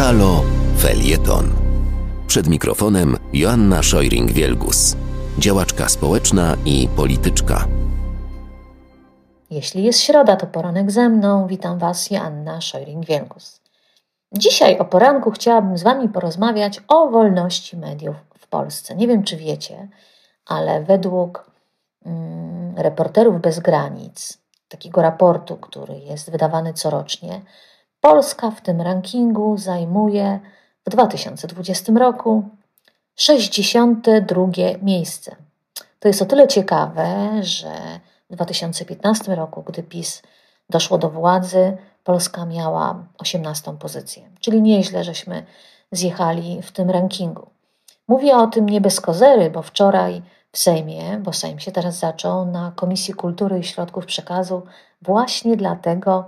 Halo Felieton. Przed mikrofonem Joanna Szojring-Wielgus, działaczka społeczna i polityczka. Jeśli jest środa, to poranek ze mną. Witam Was, Joanna Szojring-Wielgus. Dzisiaj o poranku chciałabym z Wami porozmawiać o wolności mediów w Polsce. Nie wiem, czy wiecie, ale według Reporterów bez Granic, takiego raportu, który jest wydawany corocznie, Polska w tym rankingu zajmuje w 2020 roku 62 miejsce. To jest o tyle ciekawe, że w 2015 roku, gdy PiS doszło do władzy, Polska miała 18 pozycję, czyli nieźle żeśmy zjechali w tym rankingu. Mówię o tym nie bez kozery, bo wczoraj w Sejmie, bo Sejm się teraz zaczął, na Komisji Kultury i Środków Przekazu właśnie dlatego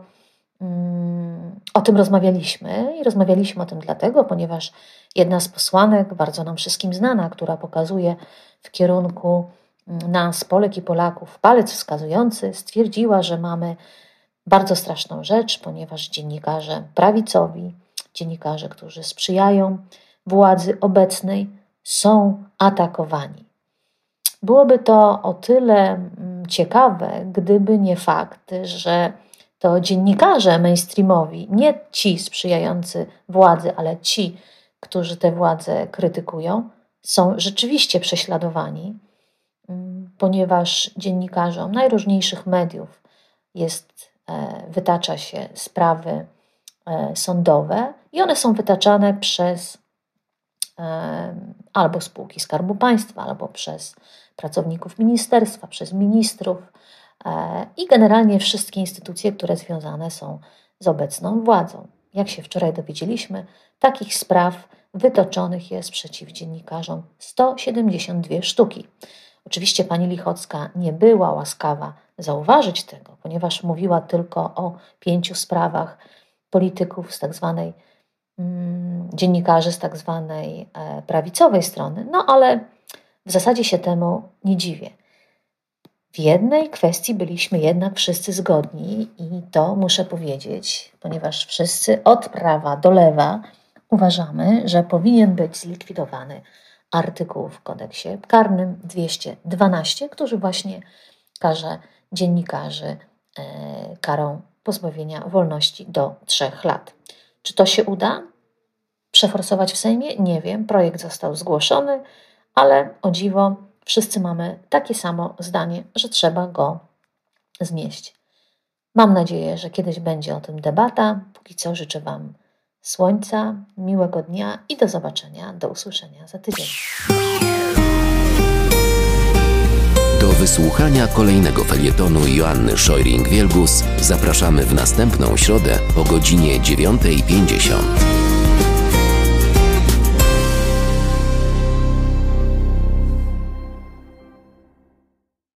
o tym rozmawialiśmy i rozmawialiśmy o tym dlatego, ponieważ jedna z posłanek, bardzo nam wszystkim znana, która pokazuje w kierunku nas, Polek i Polaków, palec wskazujący, stwierdziła, że mamy bardzo straszną rzecz, ponieważ dziennikarze prawicowi, dziennikarze, którzy sprzyjają władzy obecnej, są atakowani. Byłoby to o tyle ciekawe, gdyby nie fakt, że to dziennikarze mainstreamowi, nie ci sprzyjający władzy, ale ci, którzy tę władzę krytykują, są rzeczywiście prześladowani, ponieważ dziennikarzom najróżniejszych mediów wytacza się sprawy sądowe i one są wytaczane przez albo spółki Skarbu Państwa, albo przez pracowników ministerstwa, przez ministrów i generalnie wszystkie instytucje, które związane są z obecną władzą. Jak się wczoraj dowiedzieliśmy, takich spraw wytoczonych jest przeciw dziennikarzom 172 sztuki. Oczywiście pani Lichocka nie była łaskawa zauważyć tego, ponieważ mówiła tylko o 5 sprawach polityków z tak zwanej dziennikarzy z tak zwanej prawicowej strony, no ale w zasadzie się temu nie dziwię. W jednej kwestii byliśmy jednak wszyscy zgodni i to muszę powiedzieć, ponieważ wszyscy od prawa do lewa uważamy, że powinien być zlikwidowany artykuł w kodeksie karnym 212, który właśnie karze dziennikarzy karą pozbawienia wolności do 3 lat. Czy to się uda przeforsować w Sejmie? Nie wiem. Projekt został zgłoszony, ale o dziwo wszyscy mamy takie samo zdanie, że trzeba go znieść. Mam nadzieję, że kiedyś będzie o tym debata. Póki co życzę Wam słońca, miłego dnia i do zobaczenia, do usłyszenia za tydzień. Do wysłuchania kolejnego felietonu Joanny Szojring-Wielgus zapraszamy w następną środę o godzinie 9:50.